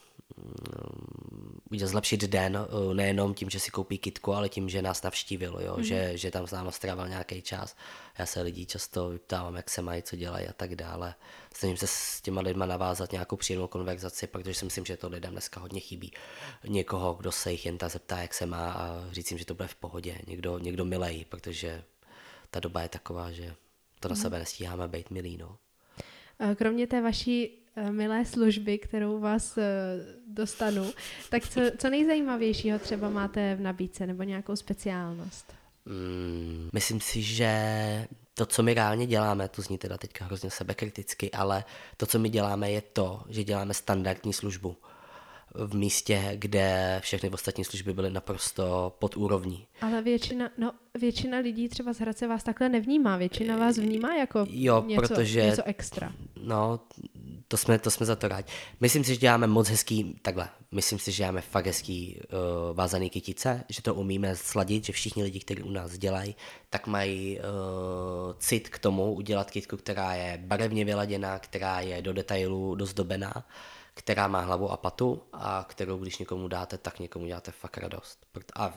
udělat zlepšit den, nejenom tím, že si koupí kytku, ale tím, že nás navštívil, jo? Mm-hmm. Že, že tam s námi strávil nějaký čas. Já se lidí často vyptávám, jak se mají, co dělají a tak dále. Snažím se s těma lidma navázat nějakou příjemnou konverzaci, protože si myslím, že to lidem dneska hodně chybí. Někoho, kdo se jich jen ta zeptá, jak se má a říct jim, že to bude v pohodě. Někdo, někdo milej, protože ta doba je taková, že to na mm-hmm. sebe nestíháme být milý, no. Kromě té vaší milé služby, kterou vás dostanu, tak co, co nejzajímavějšího třeba máte v nabídce nebo nějakou speciálnost? Hmm, myslím si, že to, co my reálně děláme, to zní teda teďka hrozně sebekriticky, ale to, co my děláme, je to, že děláme standardní službu v místě, kde všechny ostatní služby byly naprosto pod úrovní. Ale většina, no, většina lidí třeba z Hradce vás takhle nevnímá. Většina vás vnímá jako jo, něco, protože, něco extra. No, to jsme, to jsme za to rádi. Myslím si, že děláme moc hezký, takhle, myslím si, že děláme fakt hezký uh, vázaný kytice, že to umíme sladit, že všichni lidi, kteří u nás dělají, tak mají uh, cit k tomu udělat kytku, která je barevně vyladěná, která je do detailu dozdobená, která má hlavu a patu a kterou, když někomu dáte, tak někomu děláte fakt radost. A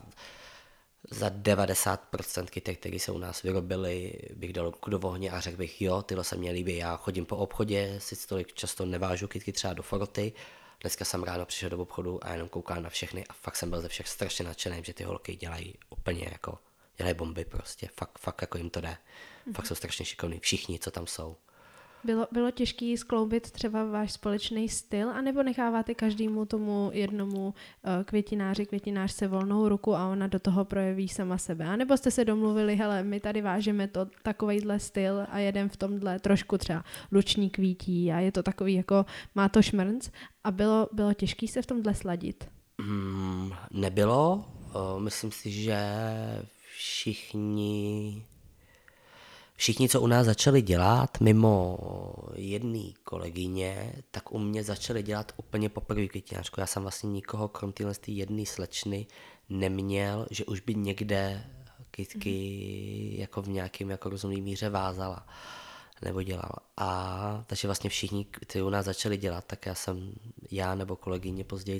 za devadesát procent kytek, které se u nás vyrobily, bych dal ruku do ohně a řekl bych, jo, tyhle se mě líbí. Já chodím po obchodě, si tolik často nevážu kytky třeba do foroty. Dneska jsem ráno přišel do obchodu a jenom koukám na všechny a fakt jsem byl ze všech strašně nadšený, že ty holky dělají úplně jako, dělají bomby prostě, fakt, fakt jako jim to jde. Mm-hmm. Fakt jsou strašně šikovní, všichni, co tam jsou. Bylo, bylo těžké skloubit třeba váš společný styl, anebo necháváte každému tomu jednomu uh, květináři, květinářce volnou ruku a ona do toho projeví sama sebe? A nebo jste se domluvili, hele, my tady vážeme to takovejhle styl a jedem v tomhle trošku třeba luční kvítí a je to takový jako, má to šmrnc a bylo, bylo těžké se v tomhle sladit? Mm, nebylo. Uh, myslím si, že všichni... Všichni, co u nás začali dělat, mimo jedné kolegyně, tak u mě začali dělat úplně poprvé květinářku. Já jsem vlastně nikoho, krom téhle jedné slečny, neměl, že už by někde kytky mm. jako v nějakém jako rozumný míře vázala nebo dělala. A takže vlastně všichni, kteří u nás začali dělat, tak já jsem, já nebo kolegyně později,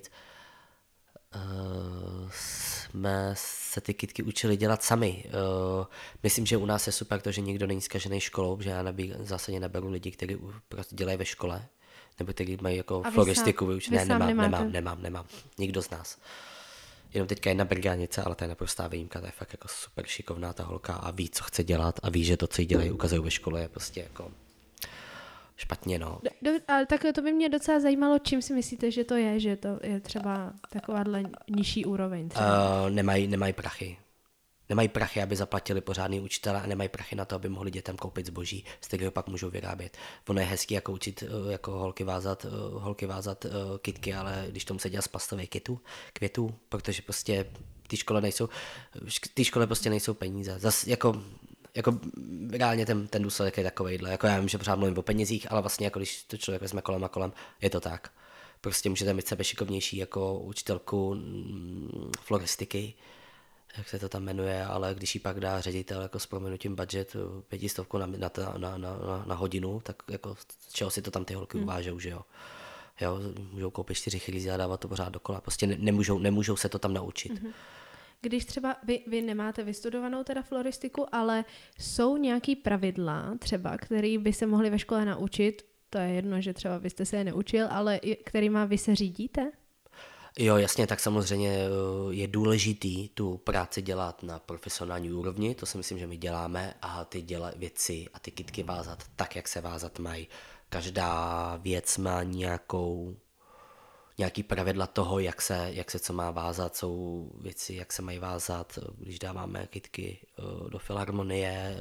Uh, jsme se ty kytky učili dělat sami. Uh, myslím, že u nás je super to, že nikdo není zkažený školou, že já nebí, v zásadě neberu lidi, kteří prostě dělají ve škole, nebo kteří mají jako floristiku vyučené. Ne, nemám, nemám, nemám, nemám. Nikdo z nás. Jenom teďka jedna brigánice, ale to je naprostá výjimka, to je fakt jako super šikovná ta holka a ví, co chce dělat a ví, že to, co jí dělají, ukazují ve škole, je prostě jako špatně, no. Do, ale tak to by mě docela zajímalo, čím si myslíte, že to je, že to je třeba takováhle nižší úroveň třeba. Uh, nemají, nemají prachy. nemají prachy, aby zaplatili pořádný učitele a nemají prachy na to, aby mohli dětem koupit zboží, z kterého pak můžou vyrábět. Ono je hezký jako učit jako holky vázat, holky vázat kytky, ale když to musí dělat z plastových kytů, květů, protože prostě ty škole nejsou, ty škole prostě nejsou peníze. Zas jako jako reálně ten, ten důsledek je takovejhle. Jako já vím, že pořád mluvím o penězích, ale vlastně jako když to člověk vezme kolem a kolem, je to tak. Prostě můžete mít sebe šikovnější jako učitelku mm, floristiky, jak se to tam jmenuje, ale když jí pak dá ředitel jako s proměnutím budget pětistovku na, na, na, na, na hodinu, tak jako z čeho si to tam ty holky hmm. uvážou, že jo. Jo, můžou koupit čtyři chrízy a dávat to pořád dokola. Prostě ne, nemůžou, nemůžou se to tam naučit. Hmm. Když třeba vy, vy nemáte vystudovanou teda floristiku, ale jsou nějaký pravidla třeba, který by se mohli ve škole naučit, to je jedno, že třeba vy jste se je neučil, ale kterýma vy se řídíte? Jo, jasně, tak samozřejmě je důležitý tu práci dělat na profesionální úrovni, to si myslím, že my děláme, a ty děla věci a ty kytky vázat tak, jak se vázat mají. Každá věc má nějakou nějaký pravidla toho, jak se, jak se co má vázat, jsou věci, jak se mají vázat, když dáváme kytky do filharmonie,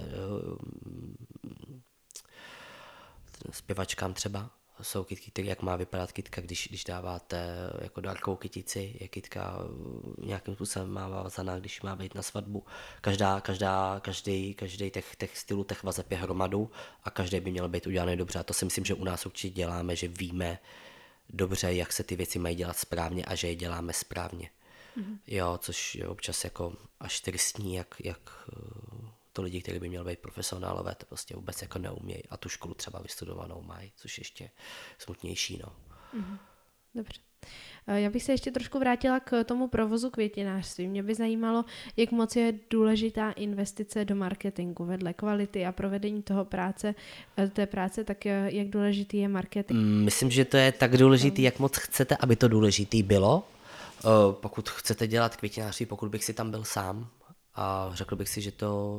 zpěvačkám třeba, jsou kytky, které, jak má vypadat kytka, když, když dáváte jako dárkovou kytici, je kytka nějakým způsobem má vázaná, když má být na svatbu. Každá, každá, každý, každý těch, těch stylů, těch vazeb je hromadu a každý by měl být udělaný dobře. A to si myslím, že u nás určitě děláme, že víme dobře, jak se ty věci mají dělat správně a že je děláme správně. Mm-hmm. Jo, což je občas jako až tristní, jak, jak to lidi, kteří by měli být profesionálové, to prostě vůbec jako neumějí a tu školu třeba vystudovanou mají, což ještě smutnější, no. Mm-hmm. Dobře. Já bych se ještě trošku vrátila k tomu provozu květinářství. Mě by zajímalo, jak moc je důležitá investice do marketingu vedle kvality a provedení toho práce, té práce, tak jak důležitý je marketing? Myslím, že to je tak důležitý, jak moc chcete, aby to důležitý bylo. Pokud chcete dělat květinářství, pokud bych si tam byl sám a řekl bych si, že to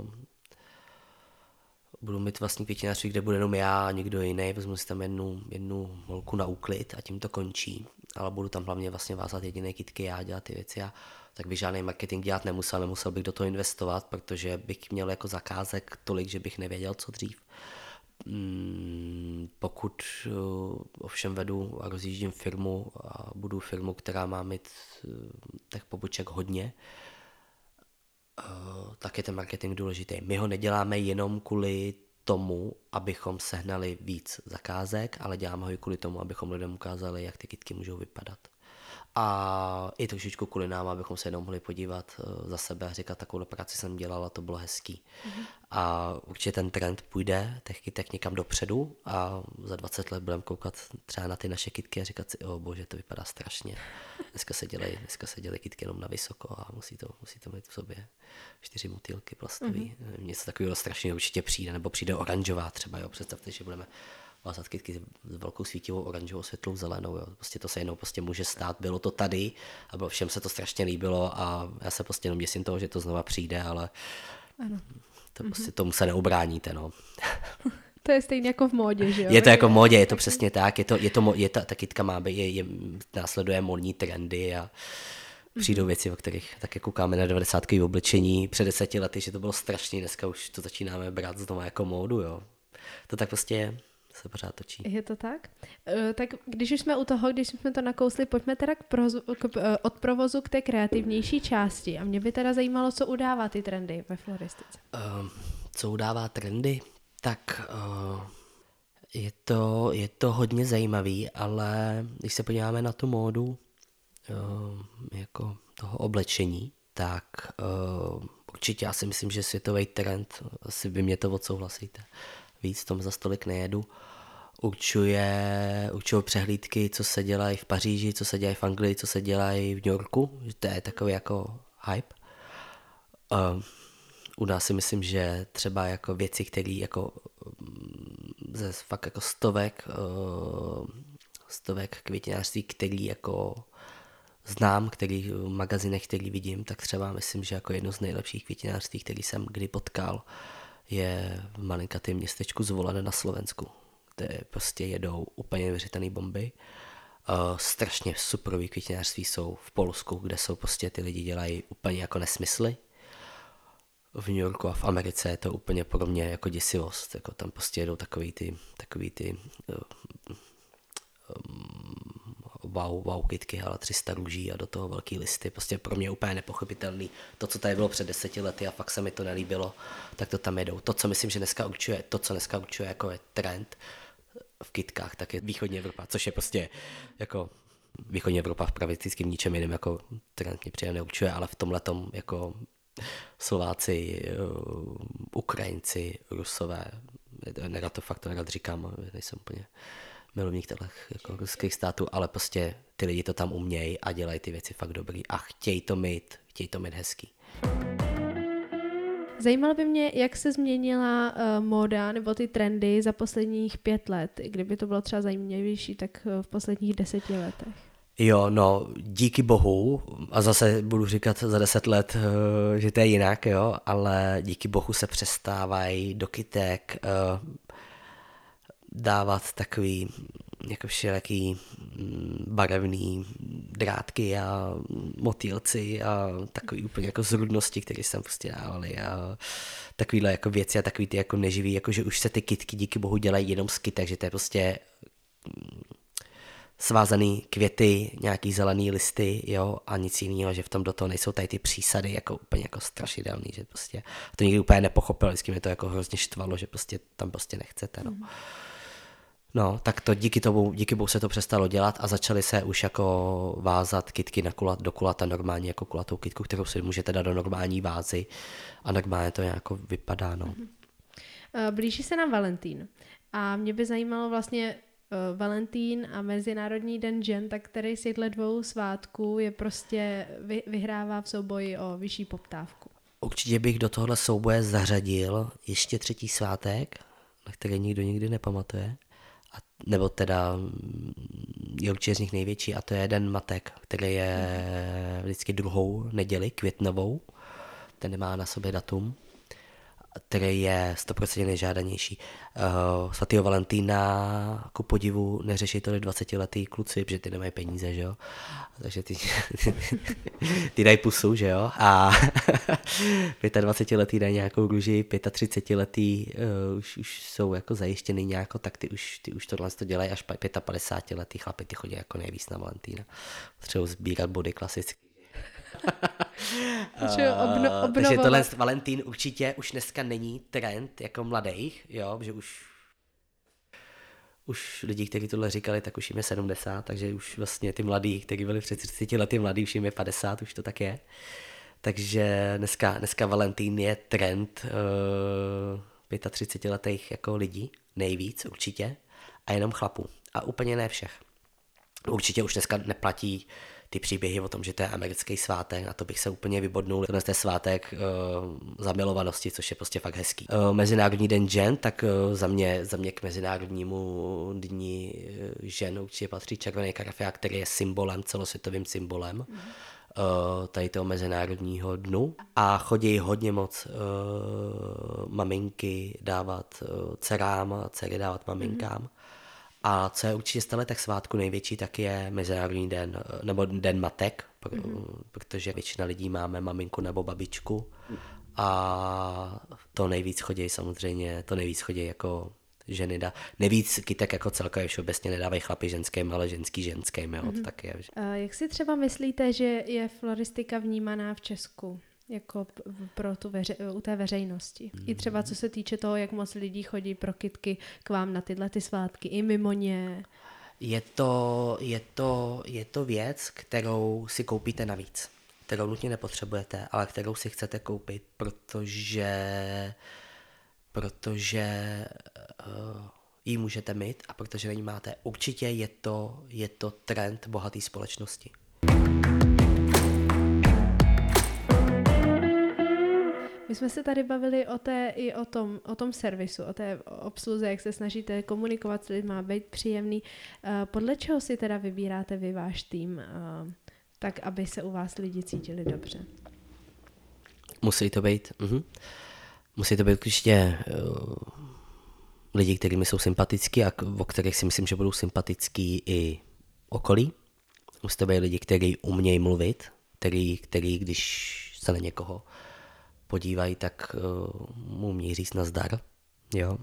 budu mít vlastní květinářství, kde bude jenom já a nikdo jiný, vezmu si tam jednu, jednu holku na úklid a tím to končí. Ale budu tam hlavně vlastně vázat jediné kytky, já dělat ty věci a tak bych žádný marketing dělat nemusel, nemusel bych do toho investovat, protože bych měl jako zakázek tolik, že bych nevěděl, co dřív. Pokud ovšem vedu a rozjíždím firmu a budu firmu, která má mít těch poboček hodně, tak je ten marketing důležitý. My ho neděláme jenom kvůli tomu, abychom sehnali víc zakázek, ale děláme ho i kvůli tomu, abychom lidem ukázali, jak ty kytky můžou vypadat. A i trošičku kvůli nám, abychom se jenom mohli podívat za sebe a říkat, takovou práci jsem dělala, to bylo hezký. Mm-hmm. A určitě ten trend půjde těch kytek někam dopředu a za dvacet let budeme koukat třeba na ty naše kytky a říkat si, o bože, to vypadá strašně. Dneska se dělají, dneska se dělají kytky jenom na vysoko a musí to, musí to mít v sobě čtyři motýlky plastový. Mm-hmm. Něco takového strašně určitě přijde, nebo přijde oranžová třeba, jo, představte, že budeme vázat kytky s velkou svítivou oranžovou, světlou zelenou, jo. Prostě to se jenom prostě může stát, bylo to tady a bylo, všem se to strašně líbilo a já se prostě jenom děsím toho, že to znova přijde, ale ano. To mm-hmm. prostě tomu se neubráníte, no. To je stejně jako v módě, že jo? Je to jako v módě, je to přesně tak, je to, je to, je ta, ta kytka má být, je, je, následuje módní trendy a přijdou mm-hmm. věci, o kterých také koukáme na devadesátkový oblečení před deseti lety, že to bylo strašný, dneska už to začínáme brát znovu jako módu, jo. To tak prostě je. Se pořád točí. Je to tak? Uh, tak když už jsme u toho, když jsme to nakousli, pojďme teda k provozu, k, uh, od provozu k té kreativnější části. A mě by teda zajímalo, co udává ty trendy ve floristice. Uh, co udává trendy? Tak uh, je, to, je to hodně zajímavý, ale když se podíváme na tu módu uh, jako toho oblečení, tak uh, určitě já si myslím, že světový trend, asi by mě to odsouhlasíte, víc v tom za stolik nejedu, určuje, určují přehlídky, co se dělají v Paříži, co se dělají v Anglii, co se dělají v New Yorku, že to je takový jako hype. Uh, u nás si myslím, že třeba jako věci, které jako ze fakt jako stovek, uh, stovek květinářství, který jako znám, který v magazínech, který vidím, tak třeba myslím, že jako jedno z nejlepších květinářství, který jsem kdy potkal, je v malinkatém městečku Zvolené na Slovensku, kde prostě jedou úplně neuvěřitelné bomby. Uh, strašně superový květinářství jsou v Polsku, kde jsou prostě ty lidi dělají úplně jako nesmysly. v New Yorku a v Americe je to úplně pro mě jako děsivost. Jako tam prostě jedou takový ty, takový ty um, wow, wow kytky, ale tři sta růží a do toho velký listy. Prostě pro mě úplně nepochopitelný. To, co tady bylo před deseti lety a fakt se mi to nelíbilo, tak to tam jedou. To, co myslím, že dneska určuje, to, co dneska určuje jako je trend v kytkách, tak je východní Evropa, což je prostě jako východní Evropa v prakticky v ničem jiném jako trend mě příjemně neurčuje, ale v tomhletom jako Slováci, Ukrajinci, Rusové, nerad to fakt to nerad říkám, nejsem úplně milovník těch jako ruských států, ale prostě ty lidi to tam umějí a dělají ty věci fakt dobrý a chtějí to mít, chtějí to mít hezký. Zajímalo by mě, jak se změnila uh, móda nebo ty trendy za posledních pět let. Kdyby to bylo třeba zajímavější, tak uh, v posledních deseti letech. Jo, no, díky bohu, a zase budu říkat za deset let, uh, že to je jinak, jo, ale díky bohu se přestávají do kytek uh, dávat takový jako všelijaký barevný drátky a motýlci a takový úplně jako zrudnosti, které se tam prostě dávali a takovýhle jako věci a takový ty jako neživý, jako že už se ty kytky díky bohu dělají jenom z kytek, že to je prostě svázaný květy, nějaký zelený listy, jo, a nic jiného, že v tom do toho nejsou tady ty přísady jako úplně jako strašidelný, že prostě to nikdy úplně nepochopil, vždycky mě to jako hrozně štvalo, že prostě tam prostě nechcete, no. Mm. No, tak to díky tomu, díky bohu se to přestalo dělat a začaly se už jako vázat kytky na kulat, do kulata normálně jako kulatou kytku, kterou si můžete dát do normální vázy a normálně to jako vypadá, no. Mm-hmm. Blíží se nám Valentín a mě by zajímalo vlastně uh, Valentín a Mezinárodní den žen, tak který z těchto dvou svátků je prostě vy, vyhrává v souboji o vyšší poptávku. Určitě bych do tohohle souboje zařadil ještě třetí svátek, na který nikdo nikdy nepamatuje. A, nebo teda je určitě z nich největší a to je Den matek, který je vždycky druhou neděli květnovou, ten nemá na sobě datum, který je sto procent nejžádanější. Uh, svatýho Valentína ku podivu neřeší to dvacetiletý kluci, protože ty nemají peníze, že jo, takže ty, ty dají pusu, že jo, a dvacetiletý dají nějakou růži, třicetiletý uh, už, už jsou jako zajištěný nějako, tak ty už, ty už tohle to dělají až padesátiletý chlapi, ty chodí jako nejvíc na Valentína. Potřebují sbírat body klasicky. Obno, uh, takže tohle Valentín určitě už dneska není trend jako mladých, jo, že už už lidi, kteří tohle říkali, tak už jim je sedmdesát, takže už vlastně ty mladí, kteří byli před třiceti lety mladí, už jim je padesát, už to tak je. Takže dneska, dneska Valentín je trend uh, třicetiletých jako lidí, nejvíc určitě, a jenom chlapů. A úplně ne všech. Určitě už dneska neplatí ty příběhy o tom, že to je americký svátek, na to bych se úplně vybodnul. Tohle je svátek uh, zamilovanosti, což je prostě fakt hezký. Uh, Mezinárodní den žen, tak uh, za, mě, za mě k Mezinárodnímu dní žen určitě patří červený karafiák, který je symbolem, celosvětovým symbolem mm. uh, tady toho Mezinárodního dnu. A chodí hodně moc uh, maminky dávat uh, dcerám a dcery dávat maminkám. Mm. A co je určitě z těch svátku největší, tak je Mezinárodní den, nebo Den matek, mm-hmm. protože většina lidí máme maminku nebo babičku a to nejvíc chodí samozřejmě, to nejvíc chodí jako ženy, dá, nejvíc kytek jako celkově všeobecně nedávají chlapi ženským, ale ženský ženským, jo, mm-hmm. to tak je. A jak si třeba myslíte, že je floristika vnímaná v Česku? Jako pro tu veře, u té veřejnosti. I třeba co se týče toho, jak moc lidí chodí pro kytky k vám na tyhle ty svátky, i mimo ně. Je to, je to, je to věc, kterou si koupíte navíc. Kterou nutně nepotřebujete, ale kterou si chcete koupit, protože, protože uh, ji můžete mít a protože na ní máte. Určitě je to, je to trend bohaté společnosti. My jsme se tady bavili o té, i o tom, o tom servisu, o té obsluze, jak se snažíte komunikovat s lidmi, být příjemný. Podle čeho si teda vybíráte vy váš tým, tak aby se u vás lidi cítili dobře? Musí to být, uh-huh. musí to být určitě uh, lidi, kterými jsou sympatický a o kterých si myslím, že budou sympatický i okolí. Musí to být lidi, kteří umějí mluvit, který, který když se na někoho podívají, tak uh, mu umějí říct nazdar, jo.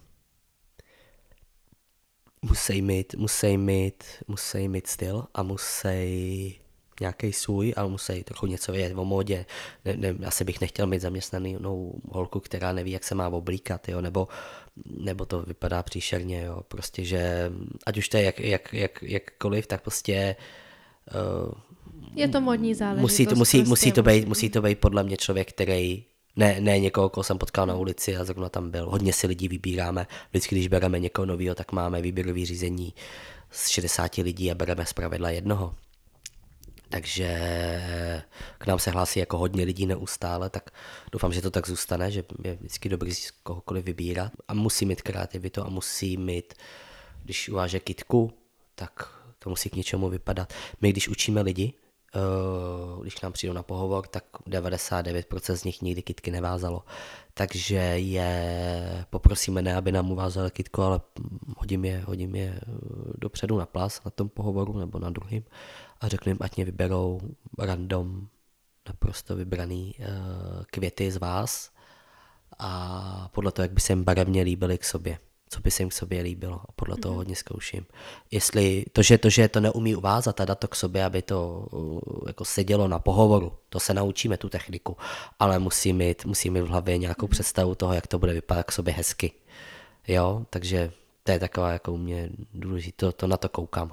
Musí mít, musí mít, musí mít styl a musí nějaký svůj, ale musí trochu něco vědět o módě. Ne, ne, asi bych nechtěl mít zaměstnanou holku, která neví, jak se má oblíkat, jo, nebo, nebo to vypadá příšerně, jo, prostě, že ať už to je jak, jak, jak, jakkoliv, tak prostě uh, je to modní záležitost. Musí to, musí, prostě musí, to být, musí to být podle mě člověk, který Ne, ne někoho, koho jsem potkal na ulici a zrovna tam byl. Hodně si lidí vybíráme. Vždycky, když bereme někoho nového, tak máme výběrové řízení z šedesáti lidí a bereme zpravidla jednoho. Takže k nám se hlásí jako hodně lidí neustále, tak doufám, že to tak zůstane, že je vždycky dobrý z kohokoliv vybírat. A musí mít kreativitu a musí mít, když uváže kytku, tak to musí k něčemu vypadat. My, když učíme lidi, když k nám přijdou na pohovor, tak devadesát devět procent z nich nikdy kytky nevázalo. Takže je poprosíme ne, aby nám uvázali kytku, ale hodím je, hodím je dopředu na plas na tom pohovoru nebo na druhým a řeknu jim, ať mě vyberou random naprosto vybraný uh, květy z vás a podle toho, jak by se jim barevně líbily k sobě. Co by se jim k sobě líbilo a podle toho hodně zkouším. Jestli to, že to, že to neumí uvázat a dát to k sobě, aby to uh, jako sedělo na pohovoru, to se naučíme, tu techniku, ale musí mít, musí mít v hlavě nějakou představu toho, jak to bude vypadat k sobě hezky. Jo, takže to je taková jako u mě důležité, to, to na to koukám.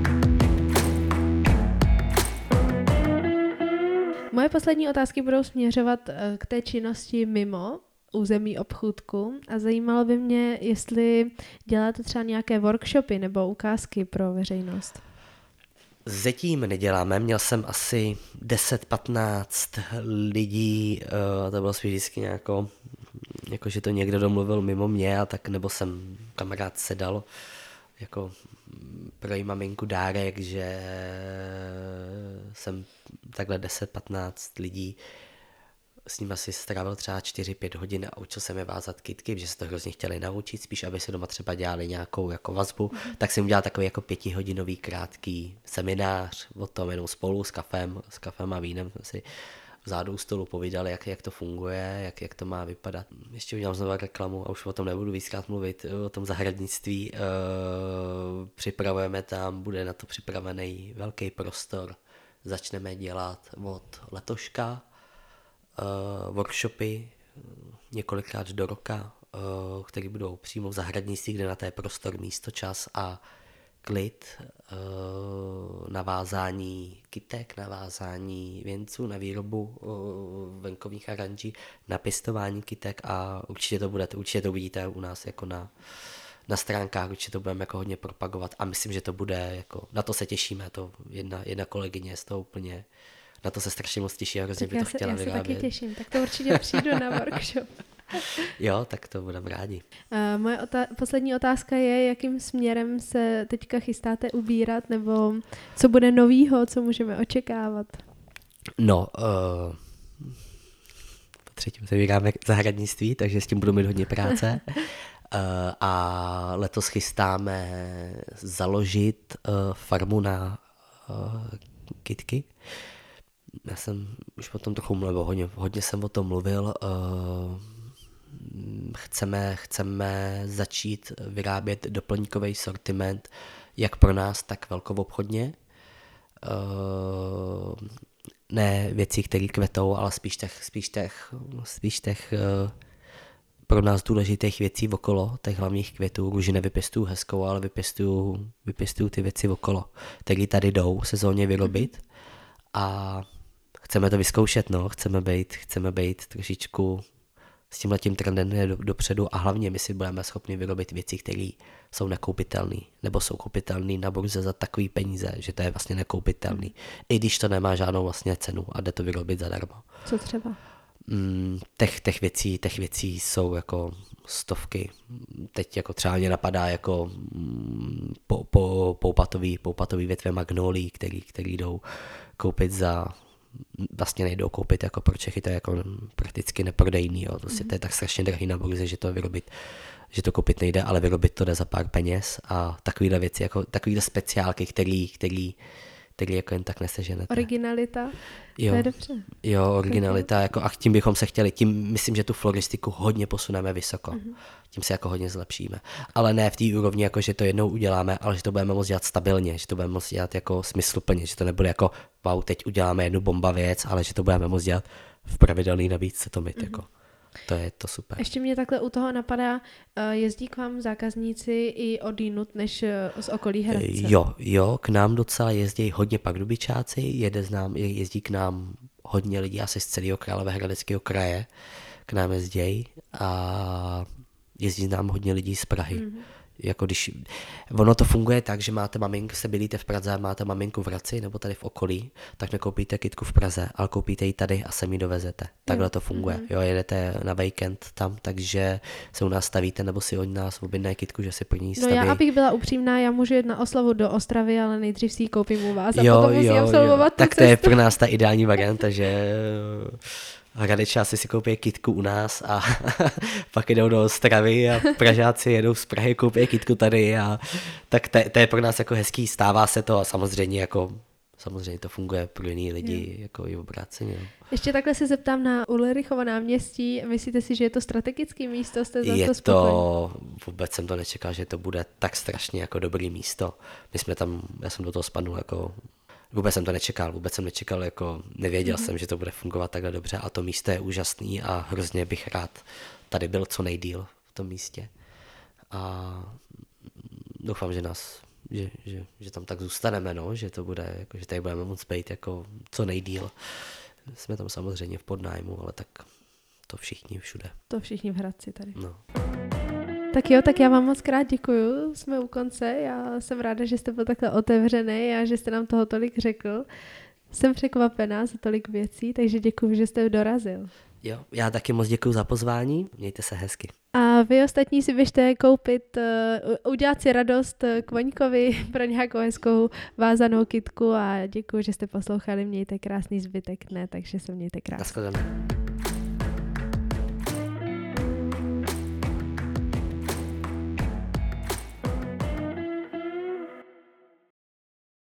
Moje poslední otázky budou směřovat k té činnosti mimo území obchůdku a zajímalo by mě, jestli děláte třeba nějaké workshopy nebo ukázky pro veřejnost. Zatím neděláme, měl jsem asi deset patnáct lidí, uh, to bylo spíš vždycky nějako, jako že to někdo domluvil mimo mě, a tak nebo jsem kamarád sedal jako pro jí maminku dárek, že jsem takhle deset patnáct lidí s ním asi strávil třeba čtyři pět hodin a učil jsem je vázat kytky, protože se to hrozně chtěli naučit, spíš aby se doma třeba dělali nějakou jako vazbu, mm. tak jsem udělal takový jako pětihodinový krátký seminář o tom jenom spolu s kafem, s kafem a vínem jsme si vzadu u stolu povídali, jak, jak to funguje, jak, jak to má vypadat. Ještě udělám znovu reklamu a už o tom nebudu víckrát mluvit, o tom zahradnictví. E, připravujeme tam, bude na to připravený velký prostor. Začneme dělat od letoška Uh, workshopy několikrát do roka, uh, které budou přímo v zahradnictví, kde na té prostor, místo, čas a klid, uh, navázání kytek, navázání věnců, na výrobu uh, venkovních aranží, na pěstování kytek a určitě to budete, určitě to vidíte u nás jako na, na stránkách, určitě to budeme jako hodně propagovat a myslím, že to bude jako, na to se těšíme, to jedna, jedna kolegyně z toho úplně na to se strašně moc těší a hrozně by to se, chtěla já vyrábět. Já se taky těším, tak to určitě přijdu na workshop. Jo, tak to budeme rádi. Uh, moje otá- poslední otázka je, jakým směrem se teďka chystáte ubírat, nebo co bude novýho, co můžeme očekávat? No, uh, po třetím se vyráme zahradnictví, takže s tím budu mít hodně práce. uh, a letos chystáme založit uh, farmu na uh, kytky. Já jsem už o tom trochu mluvil, hodně, hodně jsem o tom mluvil. Chceme, chceme začít vyrábět doplňkový sortiment jak pro nás, tak velkoobchodně. Ne věci, které kvetou, ale spíš těch, spíš těch, spíš těch pro nás důležitých věcí okolo, těch hlavních květů. Růži nevypěstuju hezkou, ale vypěstuju, vypěstuju ty věci okolo, které tady jdou sezónně vyrobit. A chceme to vyzkoušet, no, chceme být, chceme být trošičku s tímhletím trendem do, dopředu a hlavně my si budeme schopni vyrobit věci, které jsou nekoupitelné, nebo jsou koupitelné na burze za takový peníze, že to je vlastně nekoupitelný. I když to nemá žádnou vlastně cenu a jde to vyrobit zadarmo. Co třeba? Mm, těch, těch, věcí, těch věcí jsou jako stovky. Teď jako třeba mě napadá jako mm, po, po, poupatový, poupatový větve magnolí, který, který jdou koupit za, vlastně nejdou koupit jako pro Čechy, to je jako prakticky neprodejný, jo. To, mm-hmm. to je tak strašně drahý na burze, že to vyrobit, že to koupit nejde, ale vyrobit to jde za pár peněz a takovýhle věci, jako takovýhle speciálky, který, který, který jako jen tak neseženete. Originalita, jo, to je dobře. Jo, originalita, jako, a tím bychom se chtěli, tím myslím, že tu floristiku hodně posuneme vysoko. Mm-hmm. Tím se jako hodně zlepšíme. Ale ne v té úrovni, jako že to jednou uděláme, ale že to budeme moct dělat stabilně, že to budeme moct dělat jako smysluplně, že to nebude jako wow, teď uděláme jednu bomba věc, ale že to budeme moct dělat v pravidelný nabídce to mít, mm-hmm. jako. To je to super. Ještě mě takhle u toho napadá, jezdí k vám zákazníci i odjinud než z okolí Hradce? Jo, jo, k nám docela jezdí hodně pardubičáci, jede z nám, jezdí k nám hodně lidí asi z celého Královéhradeckého kraje, k nám jezdí a jezdí nám hodně lidí z Prahy. Mm-hmm. Jako když, ono to funguje tak, že máte maminku, se bydlíte v Praze a máte maminku v Hradci nebo tady v okolí, tak nekoupíte kytku v Praze, ale koupíte ji tady a sem ji dovezete. Takhle to funguje. Mm-hmm. Jo, jedete na víkend tam, takže se u nás stavíte nebo si od nás objednají kytku, že si pro ní staví. No já, abych byla upřímná, já můžu jít na oslavu do Ostravy, ale nejdřív si ji koupím u vás a jo, potom musím jo, absolvovat jo. Tak to cestu. je pro nás ta ideální varianta, že Hradečáci si koupí kytku u nás a pak jdou do Ostravy a Pražáci jedou z Prahy, koupí kytku tady a tak to, to je pro nás jako hezký, stává se to a samozřejmě jako samozřejmě to funguje pro jiný lidi, je. Jako i obráceně. Ještě takhle se zeptám na Ulrichovo náměstí, myslíte si, že je to strategické místo? Jste za je to, to, vůbec jsem to nečekal, že to bude tak strašně jako dobrý místo. My jsme tam, já jsem do toho spadnul jako vůbec jsem to nečekal, vůbec jsem nečekal, jako nevěděl mm-hmm. jsem, že to bude fungovat takhle dobře a to místo je úžasný a hrozně bych rád tady byl co nejdýl v tom místě. A doufám, že nás, že, že, že tam tak zůstaneme, no, že to bude, jako, že tady budeme moc být jako co nejdýl. Jsme tam samozřejmě v podnájmu, ale tak to všichni všude. To všichni v Hradci tady. No. Tak jo, tak já vám moc krát děkuju, jsme u konce, já jsem ráda, že jste byl takhle otevřený a že jste nám toho tolik řekl. Jsem překvapená za tolik věcí, takže děkuju, že jste dorazil. Jo, já taky moc děkuju za pozvání, mějte se hezky. A vy ostatní si běžte koupit, uh, udělat si radost Kvoňkovi pro nějakou hezkou vázanou kytku a děkuju, že jste poslouchali, mějte krásný zbytek dne, takže se mějte krásně. Naschledanou.